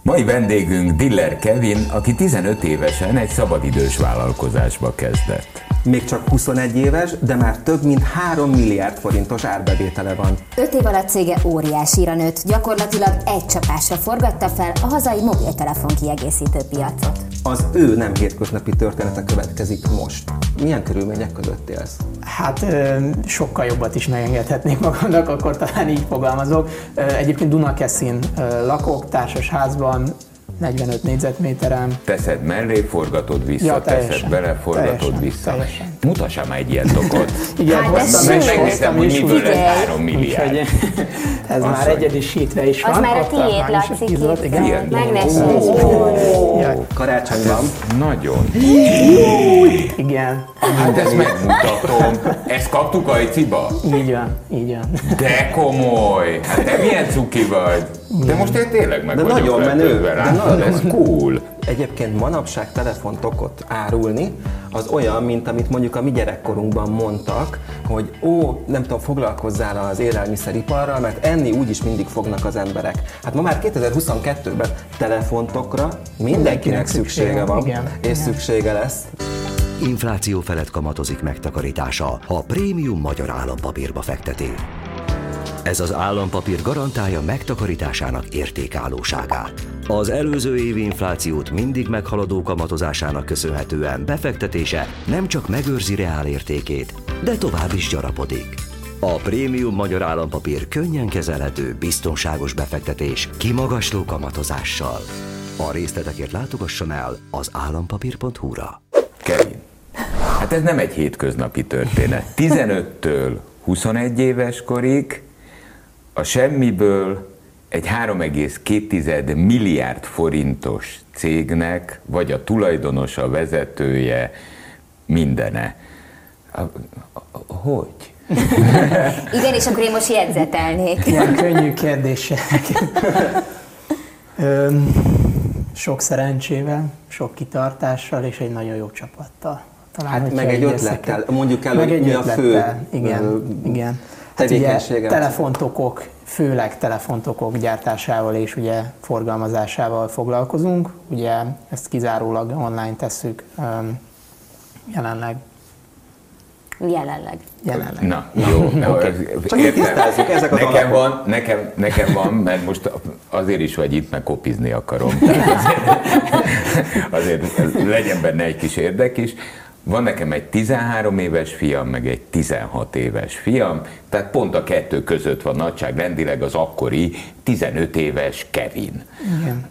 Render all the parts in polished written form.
Mai vendégünk Diller Kevin, aki 15 évesen egy szabadidős vállalkozásba kezdett. Még csak 21 éves, de már több mint 3 milliárd forintos árbevétele van. 5 év alatt cége óriásira nőtt, gyakorlatilag egy csapásra forgatta fel a hazai mobiltelefon kiegészítő piacot. Az ő nem hétköznapi története következik most. Milyen körülmények között élsz? Hát sokkal jobbat is megengedhetnék magamnak, akkor talán így fogalmazok. Egyébként Dunakeszin lakok, társasházban, 45 négyzetméteren. Teszed mellé, forgatod vissza, teszed bele, forgatod vissza. Teljesen. Mutassam egy ilyen tokot. Igen, megnézem, hogy miből lesz 3 milliárd. Ez már egyedisítve is van. Az már a tiéd, látszik. Karácsony van. Nagyon. Igen. Hát ezt megmutatom. Ezt kaptuk Ajciba? Így van, így van. De komoly! Hát te milyen cuki vagy? De most én tényleg meg De vagyok nagyon menő. látod, ez cool. Egyébként manapság telefontokot árulni, az olyan, mint amit mondjuk a mi gyerekkorunkban mondtak, hogy nem tudom, foglalkozzál az élelmiszeriparral, mert enni úgyis mindig fognak az emberek. Hát ma már 2022-ben telefontokra mindenkinek szüksége van, és szüksége lesz. Infláció felett kamatozik megtakarítása, ha prémium magyar állampapírba fekteti. Ez az állampapír garantálja megtakarításának értékállóságát. Az előző évi inflációt mindig meghaladó kamatozásának köszönhetően befektetése nem csak megőrzi reálértékét, de tovább is gyarapodik. A prémium magyar állampapír könnyen kezelhető, biztonságos befektetés kimagasló kamatozással. A részletekért látogasson el az állampapír.hu-ra. Kevin, hát ez nem egy hétköznapi történet. 15-től 21 éves korig a semmiből egy 3,2 milliárd forintos cégnek vagy a tulajdonosa, a vezetője, mindene. Hogy? Igen, és akkor én most jegyzetelnék. Ilyen könnyű kérdések. Sok szerencsével, sok kitartással és egy nagyon jó csapattal. Talán, hát meg egy ötlettel, mondjuk el, hogy mi a fő igen. tevékenységet. Hát telefontokok, főleg telefontokok gyártásával és ugye forgalmazásával foglalkozunk. Ugye ezt kizárólag online tesszük jelenleg. Na, jó. Tisztázzuk, ezek az nekem van, mert most azért is vagy itt, meg kopizni akarom. Azért legyen benne egy kis érdek is. Van nekem egy 13 éves fiam, meg egy 16 éves fiam, tehát pont a kettő között van nagyságrendileg az akkori 15 éves Kevin. Igen.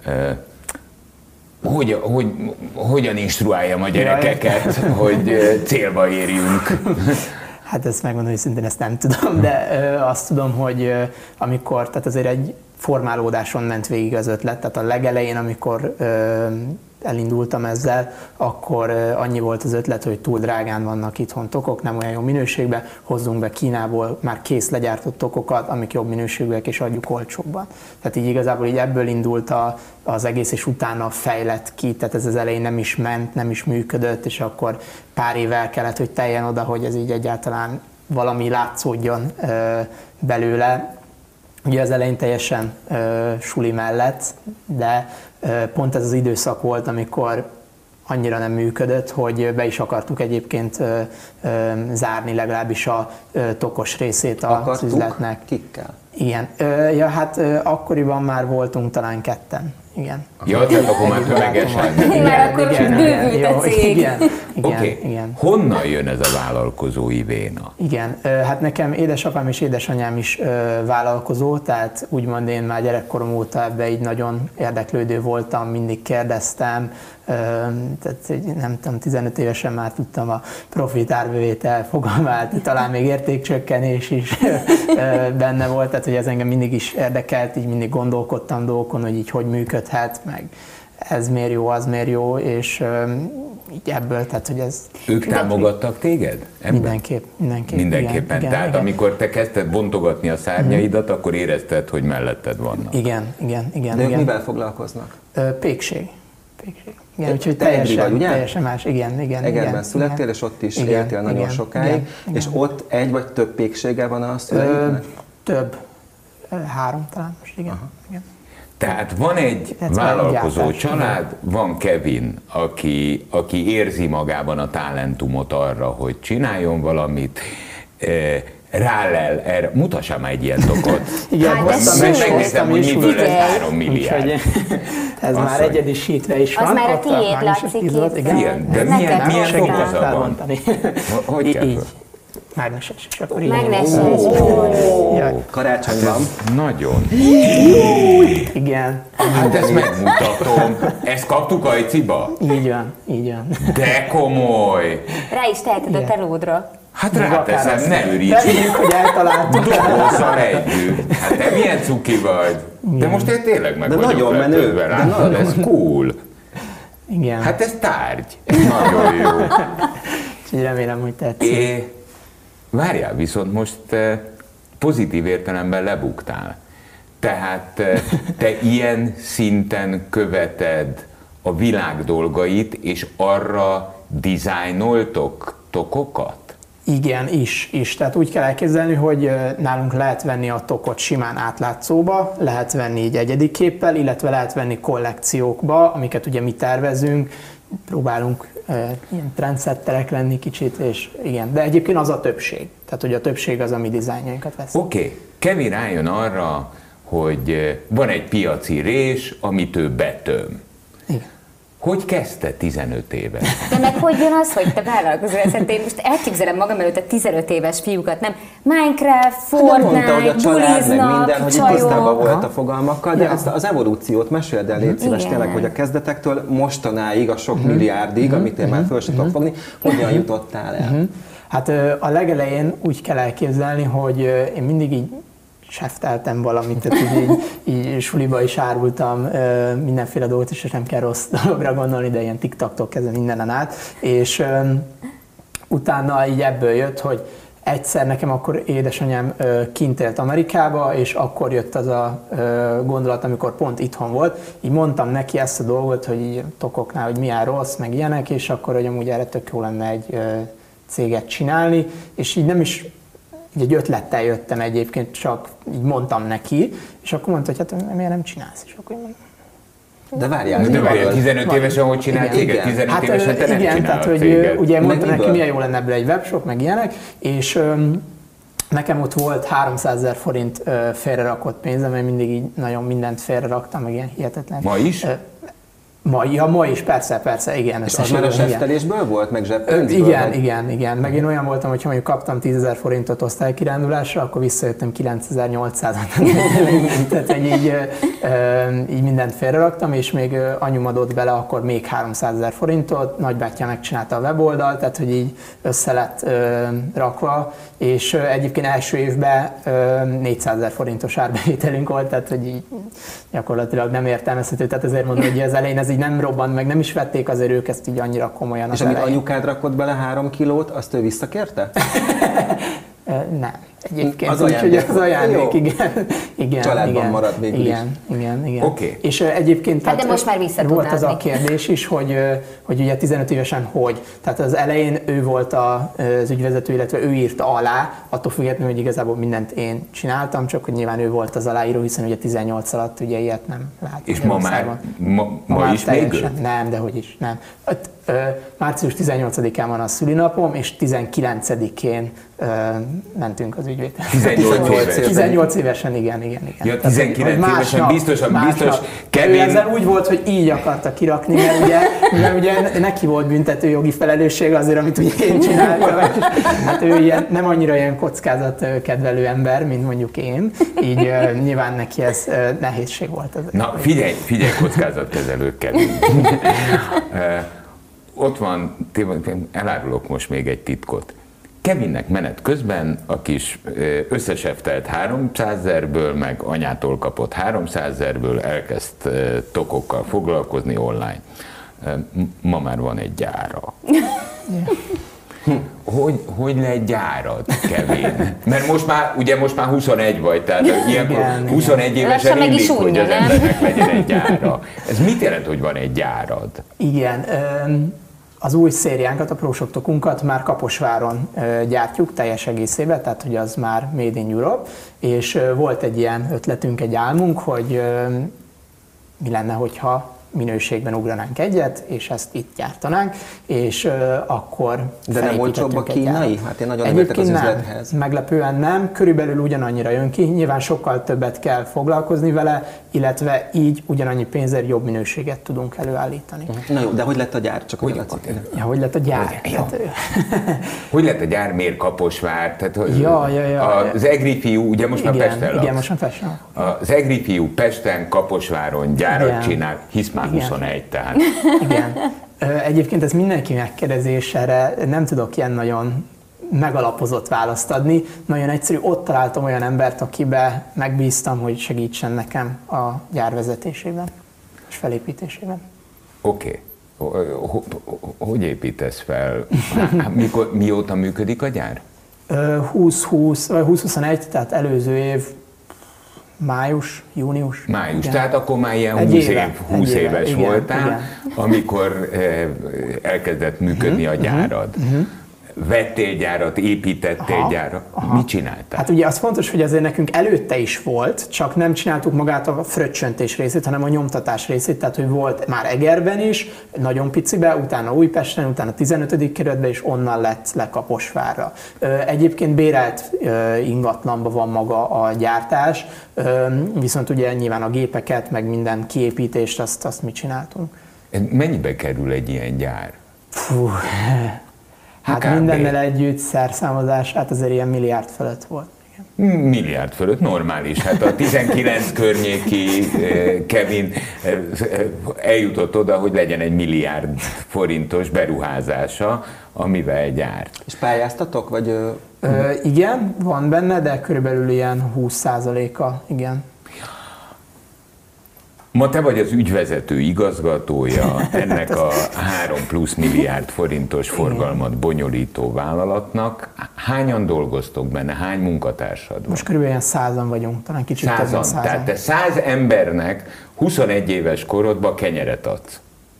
Hogyan instruáljam a gyerekeket, hogy célba érjünk? Hát ezt megmondom, hogy szintén ezt nem tudom, de azt tudom, hogy amikor, tehát azért egy formálódáson ment végig az ötlet, tehát a legelején, amikor elindultam ezzel, akkor annyi volt az ötlet, hogy túl drágán vannak itthon tokok, nem olyan jó minőségben, hozzunk be Kínából már kész legyártott tokokat, amik jobb minőségűek, és adjuk olcsóbban. Tehát így igazából így ebből indult az egész, és utána fejlett ki, tehát ez az elején nem is ment, nem is működött, és akkor pár évvel kellett, hogy teljen oda, hogy ez így egyáltalán valami látszódjon belőle. Ugye az elején teljesen suli mellett, de pont ez az időszak volt, amikor annyira nem működött, hogy be is akartuk egyébként zárni legalábbis a tokos részét az üzletnek. Kikkel? Igen. Hát akkoriban már voltunk talán ketten. Igen. Ja, tehát akkor már tömegesen. Már akkor bővült a cég. Igen. Honnan jön ez a vállalkozói véna? Igen, hát nekem édesapám és édesanyám is vállalkozó, tehát úgymond én már gyerekkorom óta ebbe így nagyon érdeklődő voltam, mindig kérdeztem, tehát nem tudom, 15 évesen már tudtam a profit árbevétel fogalmát, talán még értékcsökkenés is benne volt, tehát hogy ez engem mindig is érdekelt, így mindig gondolkodtam dolgokon, hogy így hogy működhet, meg ez miért jó, az miért jó, és így ebből, tehát hogy ez... Ők támogattak téged? Mindenképpen. Igen, tehát igen. amikor te kezdted bontogatni a szárnyaidat, akkor érezted, hogy melletted vannak. Igen. De ők mivel foglalkoznak? Pékség. Igen, úgyhogy teljesen más. Igen. Egerben születtél, és ott is éltél nagyon sokáig, és ott egy vagy több péksége van a szüleidnek? Több. 3 talán most, igen. Tehát van egy vállalkozó család, van Kevin, aki érzi magában a talentumot arra, hogy csináljon valamit, rálel erre, mutassam már egy ilyen tokot. Igen, megnézem, hogy miből lesz 3 milliárd. Ez már egyedisítve is van. Az már a tiéd, Laci, igen, de milyen fokozat van? Hogy kell? Így. Mágneses, és akkor így. Mágneses. Karácsony van. Nagyon. Igen. Hát ezt megmutatom. Ezt kaptuk Ajciba? Így van, így van. De komoly! Rá is teheted a telódra. Hát ráteszem, ne üríts. Reméljük, hogy eltaláltuk. Dobozzal együtt. Hát te milyen cuki vagy? De most én tényleg meg vagyok nagyon menő. lepődve, látod? Ez cool. Igen. Hát ez tárgy. Ez nagyon jó. Úgyhogy remélem, hogy tetszik. Várjál, viszont most pozitív értelemben lebuktál. Tehát te ilyen szinten követed a világ dolgait, és arra dizájnoltok tokokat? Igen, is. Tehát úgy kell elképzelni, hogy nálunk lehet venni a tokot simán átlátszóba, lehet venni így egyedi képpel, illetve lehet venni kollekciókba, amiket ugye mi tervezünk, próbálunk ilyen trendsetterek lenni kicsit, és igen, de egyébként az a többség. Tehát, hogy a többség az, ami dizájnjainkat vesz. Oké. Kevin rájön arra, hogy van egy piaci rés, amit ő betöm. Igen. Hogy kezdte 15 éve? De meg hogy jön az, hogy te vállalkozol? Én most elképzelem magam előtt a 15 éves fiúkat, nem? Minecraft, Fortnite, buliznak, minden, hogy csajok. tisztában volt a fogalmakkal, de ezt az evolúciót meséld el, légy szíves, Igen. tényleg, hogy a kezdetektől mostanáig, a sok milliárdig, amit én már föl sem tudok fogni, hogyan jutottál el? Hát a legelején úgy kell elképzelni, hogy én mindig így sefteltem valamit, tehát így suliba is árultam mindenféle dolgot, és nem kell rossz dologra gondolni, de ilyen TikToktól kezdve mindenen át, és utána így ebből jött, hogy egyszer nekem akkor édesanyám kint élt Amerikába, és akkor jött az a gondolat, amikor pont itthon volt, így mondtam neki ezt a dolgot, hogy így tokoknál, hogy milyen rossz, meg ilyenek, és akkor, hogy amúgy erre tök jó lenne egy céget csinálni, és így nem is egy ötlettel jöttem egyébként, csak így mondtam neki, és akkor mondta, hogy hát miért nem csinálsz? És akkor mondom, De várjál, de várjál, 15 évesen hogy csinál céget? 15 évesen te nem igen, csinálod tehát, hogy céget. ugye Meg mondta neki, miből? milyen jó lenne ebből egy webshop, meg ilyenek, és nekem ott volt 300 000 forint félrerakott pénzem, mert mindig így nagyon mindent félreraktam, meg ilyen hihetetlen. Ma is? Ma is, persze, igen. És az már a zsebtelésből volt, meg zsebpénzből? Igen. Meg én olyan voltam, hogy ha mondjuk kaptam 10 000 forintot osztálykirándulásra, akkor visszajöttem 9800-at. Tehát, hogy így mindent félreraktam, és még anyum adott bele akkor még 300 000 forintot, nagybátyja megcsinálta a weboldalt, tehát hogy így össze lett rakva, és egyébként első évben 400 000 forintos árbevételünk volt, tehát hogy így gyakorlatilag nem értelmezhető, tehát ezért mondom, hogy az elején ez így nem robbant meg, nem is vették azért ők ezt így annyira komolyan. És amit anyukád rakott bele 3 kilót, azt ő visszakérte? Nem. Egyébként Az úgy, ajándék. hogy az ajándék, Jó. igen. Családban marad végül is. Igen. Oké. És egyébként Hát de most már vissza volt tudnád az a még. kérdés is, hogy ugye 15 évesen hogy. Tehát az elején ő volt az ügyvezető, illetve ő írta alá, attól függetlenül, hogy igazából mindent én csináltam, csak hogy nyilván ő volt az aláíró, hiszen ugye 18 alatt ugye ilyet nem lehet. És ma már, ma is még ő? Nem, dehogy is, nem. Március 18-án van a szülinapom, és 19-én mentünk az ügyvédhez. 18 évesen, igen. Ja, 19 évesen biztos. Ő ezzel úgy volt, hogy így akarta kirakni, mert ugye neki volt büntető jogi felelősség azért, amit ugye én csináltam. Hát ő nem annyira ilyen kockázatkedvelő ember, mint mondjuk én, így nyilván neki ez nehézség volt. Na figyelj kockázatkezelőkkel. Ott van, elárulok most még egy titkot. Kevinnek menet közben a kis összeseftelt 300 000-ből, meg anyától kapott 300 000-ből elkezd tokokkal foglalkozni online. Ma már van egy gyára. Hogy lett gyárad, Kevin? Mert most már 21 vagy, tehát ilyenkor 21 évesen illik, hogy az embernek legyen egy gyára. Ez mit jelent, hogy van egy gyárad? Igen. Az új szériánkat, a ProShop tokunkat már Kaposváron gyártjuk teljes egészében, tehát hogy az már Made in Europe, és volt egy ilyen ötletünk, egy álmunk, hogy mi lenne, hogyha minőségben ugranánk egyet, és ezt itt gyártanánk, és akkor de nem olcsóbb a kínai? Hát én nagyon nem értek az üzlethez. Meglepően nem, körülbelül ugyanannyira jön ki, nyilván sokkal többet kell foglalkozni vele, illetve így ugyanannyi pénzért jobb minőséget tudunk előállítani. Na jó, de hogy lett a gyár? Csak hogy hogy lett a gyár? Hogy lett a gyár, miért Kaposvár? Tehát, az EGRI fiú, ugye most már Pesten laksz. Igen, most már Pesten. Az EGRI fiú Pesten, Kaposváron gyárat csinál, hisz már 21, tehát. Igen. Egyébként ez mindenki megkérdezés, erre nem tudok ilyen nagyon megalapozott választ adni. Nagyon egyszerű, ott találtam olyan embert, akibe megbíztam, hogy segítsen nekem a gyár vezetésében és felépítésében. Oké. Hogy építesz fel? Mióta működik a gyár? 2021, tehát előző év május, június. Május, igen. Tehát akkor már ilyen 20 éves igen, voltál, igen. Amikor elkezdett működni a gyárad. Vettél gyárat, építettél gyárat, mit csináltál? Hát ugye az fontos, hogy azért nekünk előtte is volt, csak nem csináltuk magát a fröccsöntés részét, hanem a nyomtatás részét, tehát hogy volt már Egerben is, nagyon picibe, utána Újpesten, utána 15. kerületben, és onnan lett le Kaposvárra. Egyébként bérelt ingatlanban van maga a gyártás, viszont ugye nyilván a gépeket, meg minden kiépítést, azt mi csináltunk. Mennyibe kerül egy ilyen gyár? Fú, hát mindennel együtt szerszámozás, hát azért ilyen milliárd fölött volt. Igen. Milliárd fölött, normális. Hát a 19 környéki Kevin eljutott oda, hogy legyen egy milliárd forintos beruházása, amivel gyárt. És pályáztatok, vagy? Igen, van benne, de körülbelül ilyen 20%-a, igen. Ma te vagy az ügyvezető igazgatója ennek a 3+ milliárd forintos forgalmat bonyolító vállalatnak. Hányan dolgoztok benne? Hány munkatársad van? Most körülbelül 100-an vagyunk, talán kicsit több mint 100-an. Tehát te 100 embernek 21 éves korodban kenyeret adsz.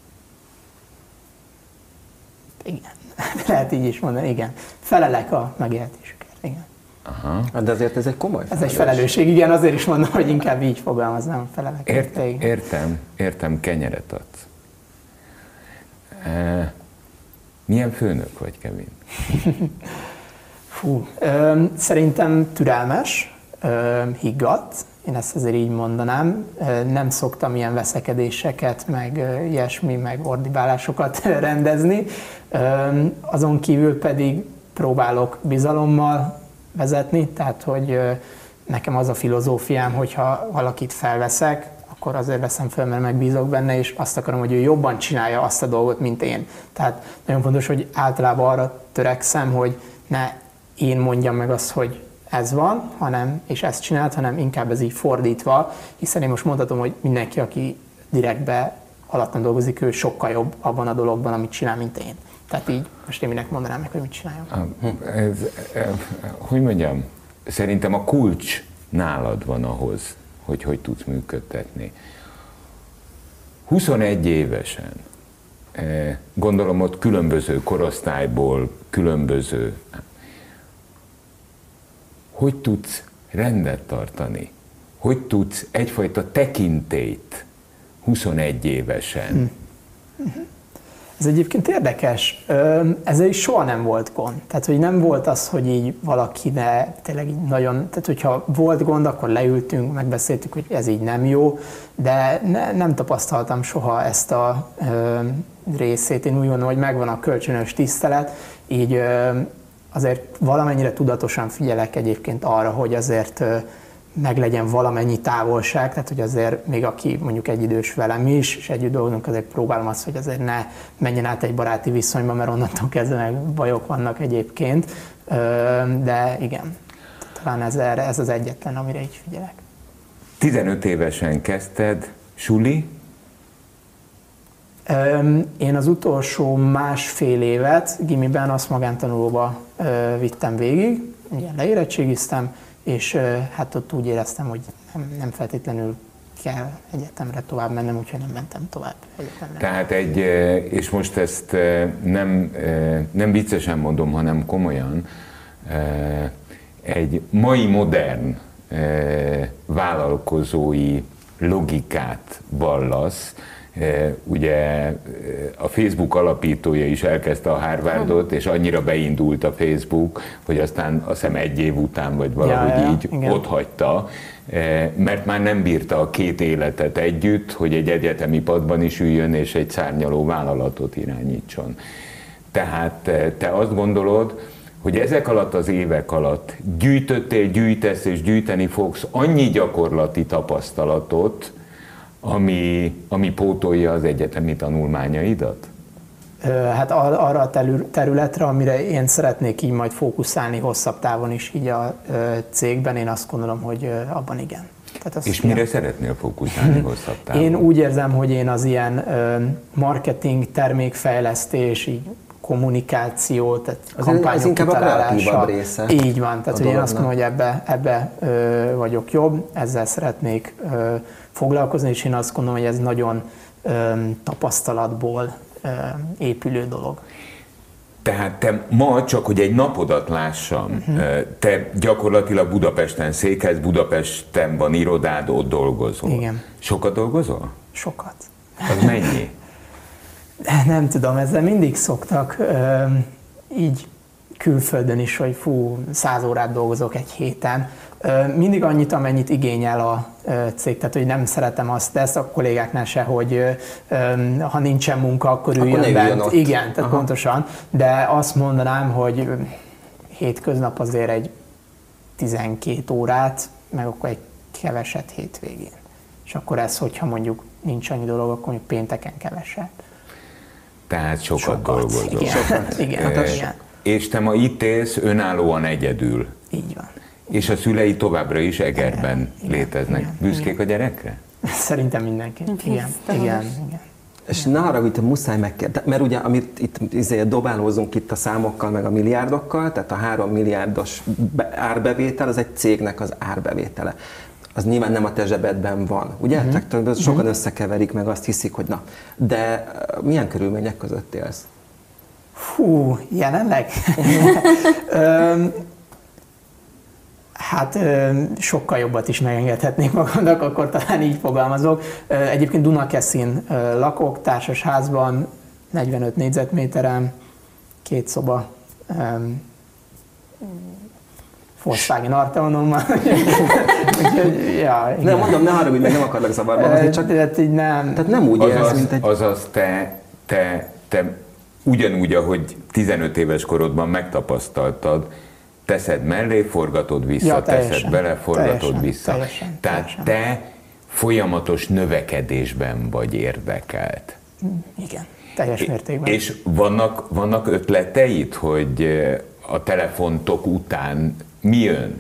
Igen, lehet így is mondani, igen. Felelek a megélhetésükért, igen. Aha. De azért ez egy komoly felelősség. Ez egy felelősség, igen, azért is mondom, hogy inkább így fogalmaznám, felelek. Értem, kenyeret adsz. Milyen főnök vagy, Kevin? Szerintem türelmes, higgadt, én ezt azért így mondanám. Nem szoktam ilyen veszekedéseket, meg ilyesmi, meg ordibálásokat rendezni. Azon kívül pedig próbálok bizalommal vezetni, tehát hogy nekem az a filozófiám, hogyha valakit felveszek, akkor azért veszem fel, mert megbízok benne, és azt akarom, hogy ő jobban csinálja azt a dolgot, mint én. Tehát nagyon fontos, hogy általában arra törekszem, hogy ne én mondjam meg azt, hogy ez van, és ezt csinált, hanem inkább ez így fordítva, hiszen én most mondhatom, hogy mindenki, aki direktbe alattam dolgozik, ő sokkal jobb abban a dologban, amit csinál, mint én. Tehát így most én minek mondanám meg, hogy mit csináljon. Hogy mondjam, szerintem a kulcs nálad van ahhoz, hogy tudsz működtetni. 21 évesen, gondolom ott különböző korosztályból, különböző, hogy tudsz rendet tartani? Hogy tudsz egyfajta tekintélyt 21 évesen? Ez egyébként érdekes, ezzel is soha nem volt gond. Tehát, hogy nem volt az, hogy így valakinek tényleg így nagyon, tehát hogyha volt gond, akkor leültünk, megbeszéltük, hogy ez így nem jó, de nem tapasztaltam soha ezt a részét. Én úgy gondolom, hogy megvan a kölcsönös tisztelet, így azért valamennyire tudatosan figyelek egyébként arra, hogy azért meglegyen valamennyi távolság, tehát hogy azért még aki mondjuk egyidős velem is, és együtt dolgozunk, azért próbálom azt, hogy azért ne menjen át egy baráti viszonyba, mert onnantól kezdve meg bajok vannak egyébként, de igen, talán ez az egyetlen, amire így figyelek. 15 évesen kezdted, suli? Én az utolsó másfél évet gimiben azt magántanulóba vittem végig, ilyen leérettségiztem, és hát ott úgy éreztem, hogy nem feltétlenül kell egyetemre tovább mennem, úgyhogy nem mentem tovább egyetemre. Tehát és most ezt nem viccesen mondom, hanem komolyan, egy mai modern vállalkozói logikát vallasz. Ugye a Facebook alapítója is elkezdte a Harvardot, és annyira beindult a Facebook, hogy aztán azt hiszem 1 év után, vagy valahogy így otthagyta, mert már nem bírta a 2 életet együtt, hogy egy egyetemi padban is üljön, és egy szárnyaló vállalatot irányítson. Tehát te azt gondolod, hogy ezek alatt az évek alatt gyűjtöttél, gyűjtesz és gyűjteni fogsz annyi gyakorlati tapasztalatot, ami pótolja az egyetemi tanulmányaidat? Hát arra a területre, amire én szeretnék így majd fókuszálni hosszabb távon is így a cégben, én azt gondolom, hogy abban igen. És mire szeretnél fókuszálni hosszabb távon? Én úgy érzem, hogy én az ilyen marketing, termékfejlesztés, így kommunikáció, tehát kampányok kitalálása. Része. Így van, tehát hogy én azt mondom, hogy ebbe vagyok jobb, ezzel szeretnék foglalkozni, és én azt gondolom, hogy ez nagyon tapasztalatból épülő dolog. Tehát te ma, csak hogy egy napodat lássam, te gyakorlatilag Budapesten székelsz, Budapesten van irodád, ott dolgozol. Igen. Sokat dolgozol? Sokat. Az mennyi? Nem tudom, ezzel mindig szoktak így külföldön is, hogy 100 órát dolgozok egy héten. Mindig annyit, amennyit igényel a cég, tehát hogy nem szeretem azt, de ezt a kollégáknál se, hogy ha nincsen munka, akkor üljön bent. Igen, tehát pontosan, de azt mondanám, hogy hétköznap azért egy 12 órát, meg akkor egy keveset hétvégén. És akkor ez, hogyha mondjuk nincs annyi dolog, akkor mondjuk pénteken keveset. Tehát sokat dolgozol. Igen. És te ma itt élsz önállóan egyedül. Így van. És a szülei továbbra is Egerben léteznek. Igen, büszkék a gyerekre? Szerintem mindenki. Igen. És ne arra, hogy te muszáj megkérdezni, mert ugye amit itt dobálózunk itt a számokkal, meg a milliárdokkal, tehát a 3 milliárdos árbevétel, az egy cégnek az árbevétele. Az nyilván nem a te zsebedben van, ugye? Tehát sokan összekeverik, meg azt hiszik, hogy na. De milyen körülmények között élsz? Jelenleg? Hát sokkal jobbat is megengedhetnék magamnak, akkor talán így fogalmazok. Egyébként Dunakeszin lakok, társasházban, 45 négyzetméteren, 2 szoba, Volkswagen Arteonommal. Nem, mondom, ne haragudj, meg nem akarlak zavarba hozni, csak tehát nem úgy élsz, mint egy... Azaz te ugyanúgy, ahogy 15 éves korodban megtapasztaltad, teszed mellé, forgatod vissza, teszed bele, forgatod vissza. Tehát te folyamatos növekedésben vagy érdekelt. Igen, teljes mértékben. És vannak ötleteid, hogy a telefontok után mi jön?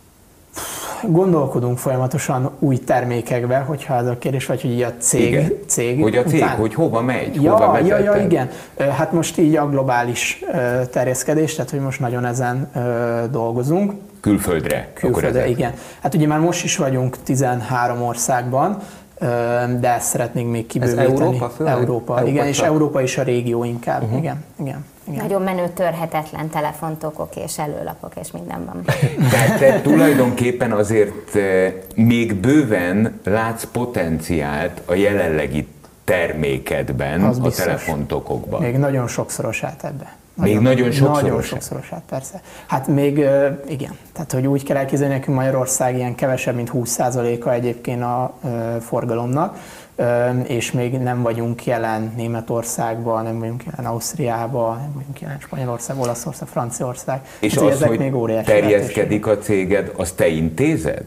Gondolkodunk folyamatosan új termékekbe, hogyha ez a kérdés, vagy hogy a cég hogy a cég, után... hogy hova megy, hova vezeted? Igen. Hát most így a globális terjeszkedés, tehát hogy most nagyon ezen dolgozunk. Külföldre? Igen. Hát ugye már most is vagyunk 13 országban, de ezt szeretnénk még kibővíteni. Ez Európa főleg? Európa, igen, és Európa is a régió inkább. Igen. Nagyon menő, törhetetlen telefontokok és előlapok és minden van. Tehát te tulajdonképpen azért még bőven látsz potenciált a jelenlegi termékedben, a telefontokokban. Még nagyon sokszorosát ebbe. Nagyon sokszorosát, persze. Hát még igen. Tehát, hogy úgy kell elképzelni, nekünk Magyarország ilyen kevesebb, mint 20%-a egyébként a forgalomnak, és még nem vagyunk jelen Németországban, nem vagyunk jelen Ausztriában, nem vagyunk jelen Spanyolország, Olaszország, Franciaország. És hát, az, hogy még terjeszkedik a céged, azt te intézed?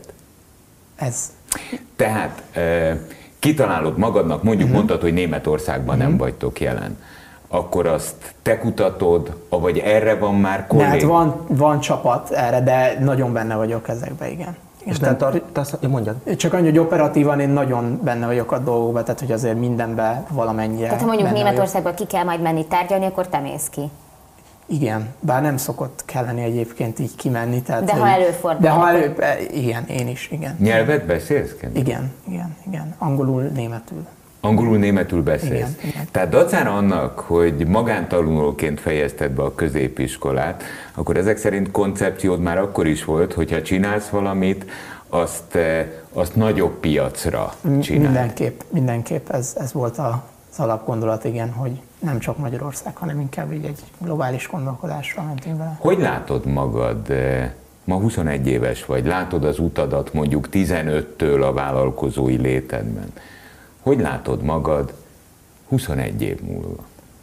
Ez. Tehát kitalálod magadnak, mondtad, hogy Németországban nem vagytok jelen. Akkor azt te kutatod, vagy erre van már kollég? Hát van csapat erre, de nagyon benne vagyok ezekben, igen. És nem tartasz, mondjad. Csak annyi, hogy operatívan én nagyon benne vagyok a dolgokban, tehát hogy azért mindenben valamennyire. Tehát ha mondjuk Németországban ki kell majd menni tárgyalni, akkor te mész ki. Igen, bár nem szokott kelleni egyébként így kimenni. Tehát, de ha előfordul. Igen, én is, igen. Nyelvet beszélsz? Igen. Angolul, németül. Angolul, németül beszélsz. Igen. Tehát dacára annak, hogy magántanulóként fejezted be a középiskolát, akkor ezek szerint koncepciód már akkor is volt, hogyha csinálsz valamit, azt nagyobb piacra csinált. Mindenképp ez volt az alapgondolat, igen, hogy nem csak Magyarország, hanem inkább így egy globális gondolkodásra mentünk bele. Hogy látod magad, ma 21 éves vagy, látod az utadat mondjuk 15-től a vállalkozói létedben. Hogy látod magad 21 év múlva?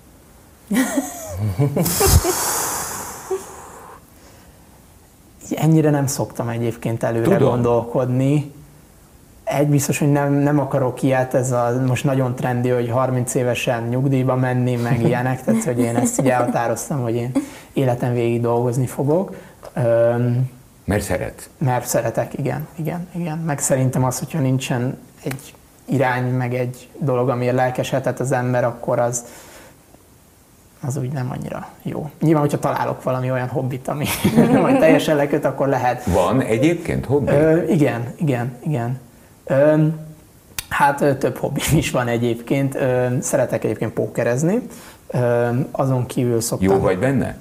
Ennyire nem szoktam egyébként előre gondolkodni. Egy biztos, hogy nem akarok ilyet, ez most nagyon trendi, hogy 30 évesen nyugdíjba menni, meg ilyenek, tehát hogy én ezt így elhatároztam, hogy én életem végig dolgozni fogok. Mert szeretsz? Mert szeretek, igen. Meg szerintem az, hogyha nincsen egy irány, meg egy dolog, amiért lelkesedhet az ember, akkor az úgy nem annyira jó. Nyilván, hogyha találok valami olyan hobbit, ami majd teljesen leköt, akkor lehet. Van egyébként hobbi? Igen. Hát több hobbim is van egyébként. Szeretek egyébként pókerezni. Azon kívül szoktam... Jó vagy benne?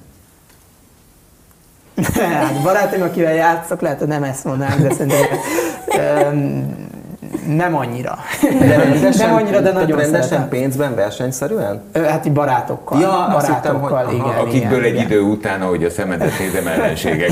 Hát barátom, akivel játszok, lehet, hogy nem ezt mondanám, de szerintem nem annyira. De nagyon rendesen pénzben, versenyszerűen? Hát így barátokkal. Ja, barátokkal, hittem, igen. Akikből egy idő után, ahogy a szemedet nézem, ellenségek.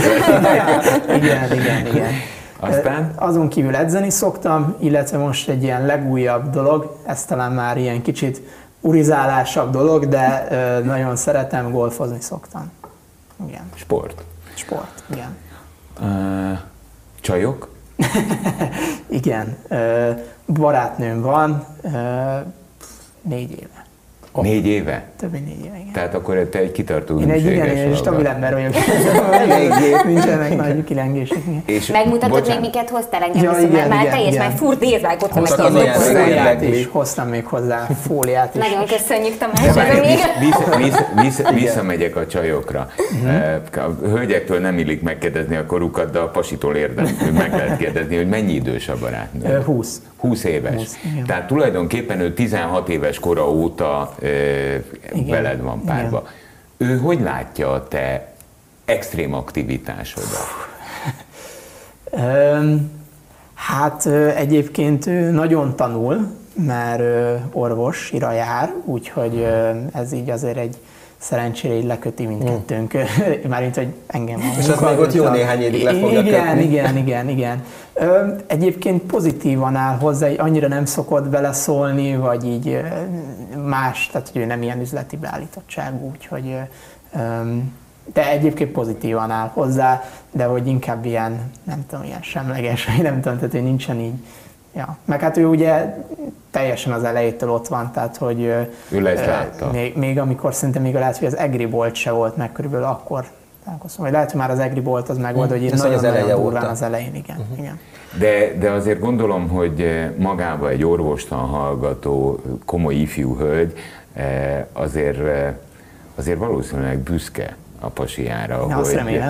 Igen. Aztán? Azon kívül edzeni szoktam, illetve most egy ilyen legújabb dolog, ez talán már ilyen kicsit urizálásabb dolog, de nagyon szeretem, golfozni szoktam. Igen. Sport, igen. Csajok? Igen. Barátnőm van, 4 éve. 4 éve? Több mint 4 éve, igen. Tehát akkor te egy kitartó Én egy stabil ember vagyok. Nincsenek nagy kilengések. Megmutatod még, miket hoztál engem, már teljes, már furt nézvágott, meg fóliát is, hoztam még hozzá fóliát is. Nagyon köszönjük, Tamás. Visszamegyek a csajokra. A hölgyektől nem illik megkérdezni a korukat, de a pasitól meg lehet kérdezni, hogy mennyi idős a barátnő? 20 éves. 20, tehát tulajdonképpen ő 16 éves kora óta veled van párba. Ő hogy látja a te extrém aktivitásodat? Hát egyébként ő nagyon tanul, mert orvosira jár, úgyhogy ez így azért egy szerencsére így leköti mindkettőnk, mármint, hogy engem. És az még ott jó néhány évig le fogja kötni. Igen. Egyébként pozitívan áll hozzá, annyira nem szokott beleszólni, vagy így más, tehát hogy ő nem ilyen üzleti beállítottságú, úgyhogy de egyébként pozitívan áll hozzá, de hogy inkább ilyen, nem tudom, ilyen semleges, vagy nem tudom, tehát hogy nincsen így. Ja. Meg hát ő ugye teljesen az elejétől ott van, tehát hogy ő látta. Még amikor szerintem még lehet, hogy az Egri Bolt se volt meg körülbelül akkor vagy lehet, hogy már az Egri Bolt az meg volt, hogy itt nagyon durván az elején, igen. De azért gondolom, hogy magába egy orvostan hallgató komoly ifjú hölgy azért valószínűleg büszke a pasiára, ja,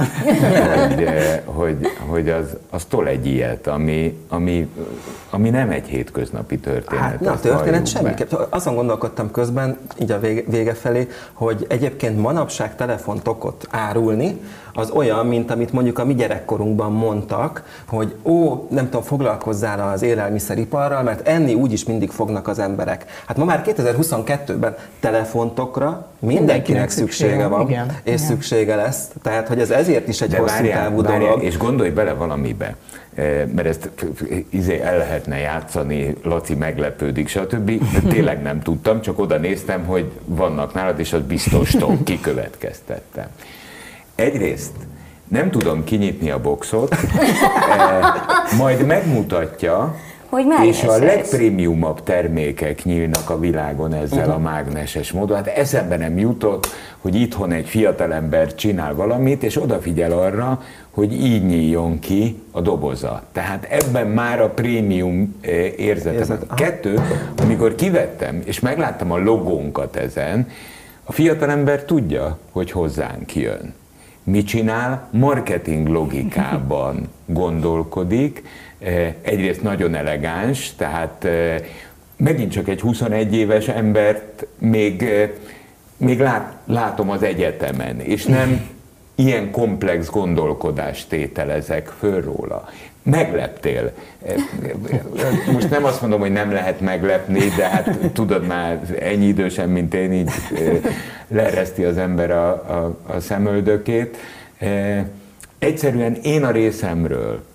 hogy az tol egy ilyet, ami nem egy hétköznapi történet. Hát nem történet semmiképp. Azon gondolkodtam közben, így a vége felé, hogy egyébként manapság telefontokot árulni, az olyan, mint amit mondjuk a mi gyerekkorunkban mondtak, hogy nem tudom, foglalkozzál az élelmiszeriparral, mert enni úgyis mindig fognak az emberek. Hát ma már 2022-ben telefontokra mindenkinek szüksége van, és szüksége lesz. Tehát, hogy ez ezért is egy hosszú távú dolog. És gondolj bele valamibe, mert ezt el lehetne játszani, Laci meglepődik, stb. De tényleg nem tudtam, csak oda néztem, hogy vannak nálad, és az biztostól kikövetkeztettem. Egyrészt nem tudom kinyitni a boxot, majd megmutatja, és a legprémiumabb termékek nyílnak a világon ezzel a mágneses módon. Hát eszembe nem jutott, hogy itthon egy fiatalember csinál valamit, és odafigyel arra, hogy így nyíljon ki a doboza. Tehát ebben már a prémium érzetem. 2, amikor kivettem, és megláttam a logónkat ezen, a fiatalember tudja, hogy hozzánk jön. Mit csinál? Marketing logikában gondolkodik, egyrészt nagyon elegáns, tehát megint csak egy 21 éves embert még látom az egyetemen, és ilyen komplex gondolkodást tételezek föl róla. Megleptél. Most nem azt mondom, hogy nem lehet meglepni, de hát tudod már ennyi idősen, mint én, így leereszti az ember a szemöldökét. Egyszerűen én a részemről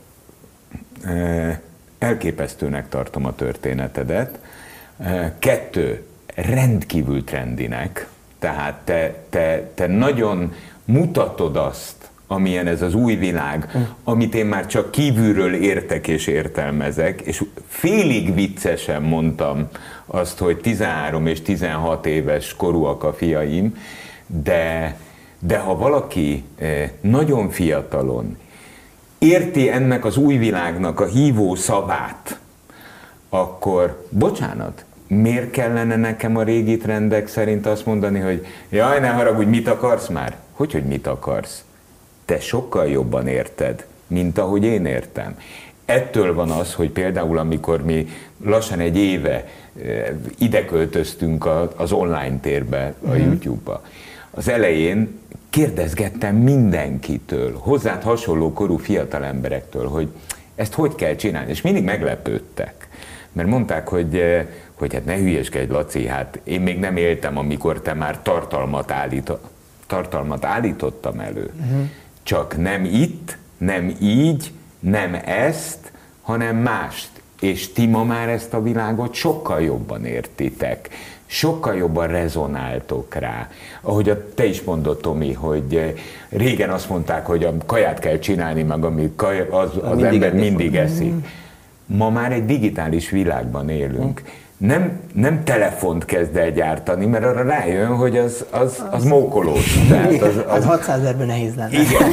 elképesztőnek tartom a történetedet. 2, rendkívül trendinek, tehát te nagyon mutatod azt, amilyen ez az új világ, amit én már csak kívülről értek és értelmezek, és félig viccesen mondtam azt, hogy 13 és 16 éves korúak a fiaim, de ha valaki nagyon fiatalon érti ennek az új világnak a hívó szavát, akkor bocsánat, miért kellene nekem a régi trendek szerint azt mondani, hogy jaj, ne haragudj, mit akarsz már? Hogy mit akarsz? Te sokkal jobban érted, mint ahogy én értem. Ettől van az, hogy például amikor mi lassan egy éve ide költöztünk az online térbe, a YouTube-ba, az elején kérdezgettem mindenkitől, hozzád hasonló korú fiatal emberektől, hogy ezt hogy kell csinálni, és mindig meglepődtek. Mert mondták, hogy hát ne hülyeskedj, Laci, hát én még nem éltem, amikor te már tartalmat állítottam elő. Csak nem itt, nem így, nem ezt, hanem mást. És ti ma már ezt a világot sokkal jobban értitek, sokkal jobban rezonáltok rá. Ahogy te is mondod, Tomi, hogy régen azt mondták, hogy a kaját kell csinálni, meg amit az ember mindig eszik. Ma már egy digitális világban élünk. Nem telefont kezd el gyártani, mert arra rájön, hogy az mókolós. Az 600 000-ből nehéz lenne. Igen.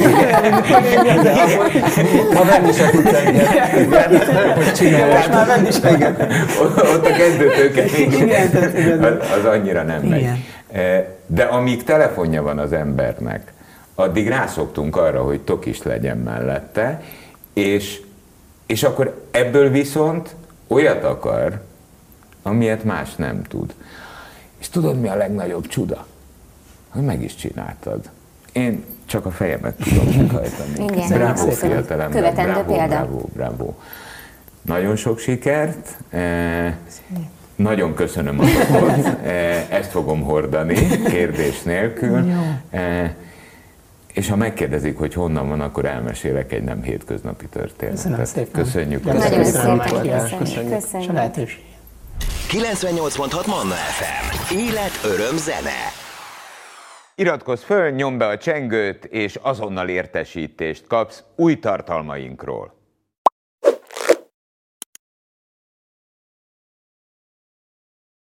Ha venni se tudsz egyet, hogy csinálják. Már venni se. Ott a kezdőtőke, az annyira nem megy. De amíg telefonja van az embernek, addig rászoktunk arra, hogy tok is legyen mellette, és akkor ebből viszont olyat akar, amilyet más nem tud. És tudod, mi a legnagyobb csuda? Hogy meg is csináltad. Én csak a fejemet tudom meghajtani. Bravo, fiatalember, bravo. Nagyon sok sikert, nagyon köszönöm a tokot, ezt fogom hordani, kérdés nélkül. És ha megkérdezik, hogy honnan van, akkor elmesélek egy nem hétköznapi történetet. Köszönöm szépen. Köszönjük. Nagyon szépen Köszönjük. És a lehetőség. 98.6 Manna FM. Élet, öröm, zene. Iratkozz föl, nyomd be a csengőt, és azonnal értesítést kapsz új tartalmainkról.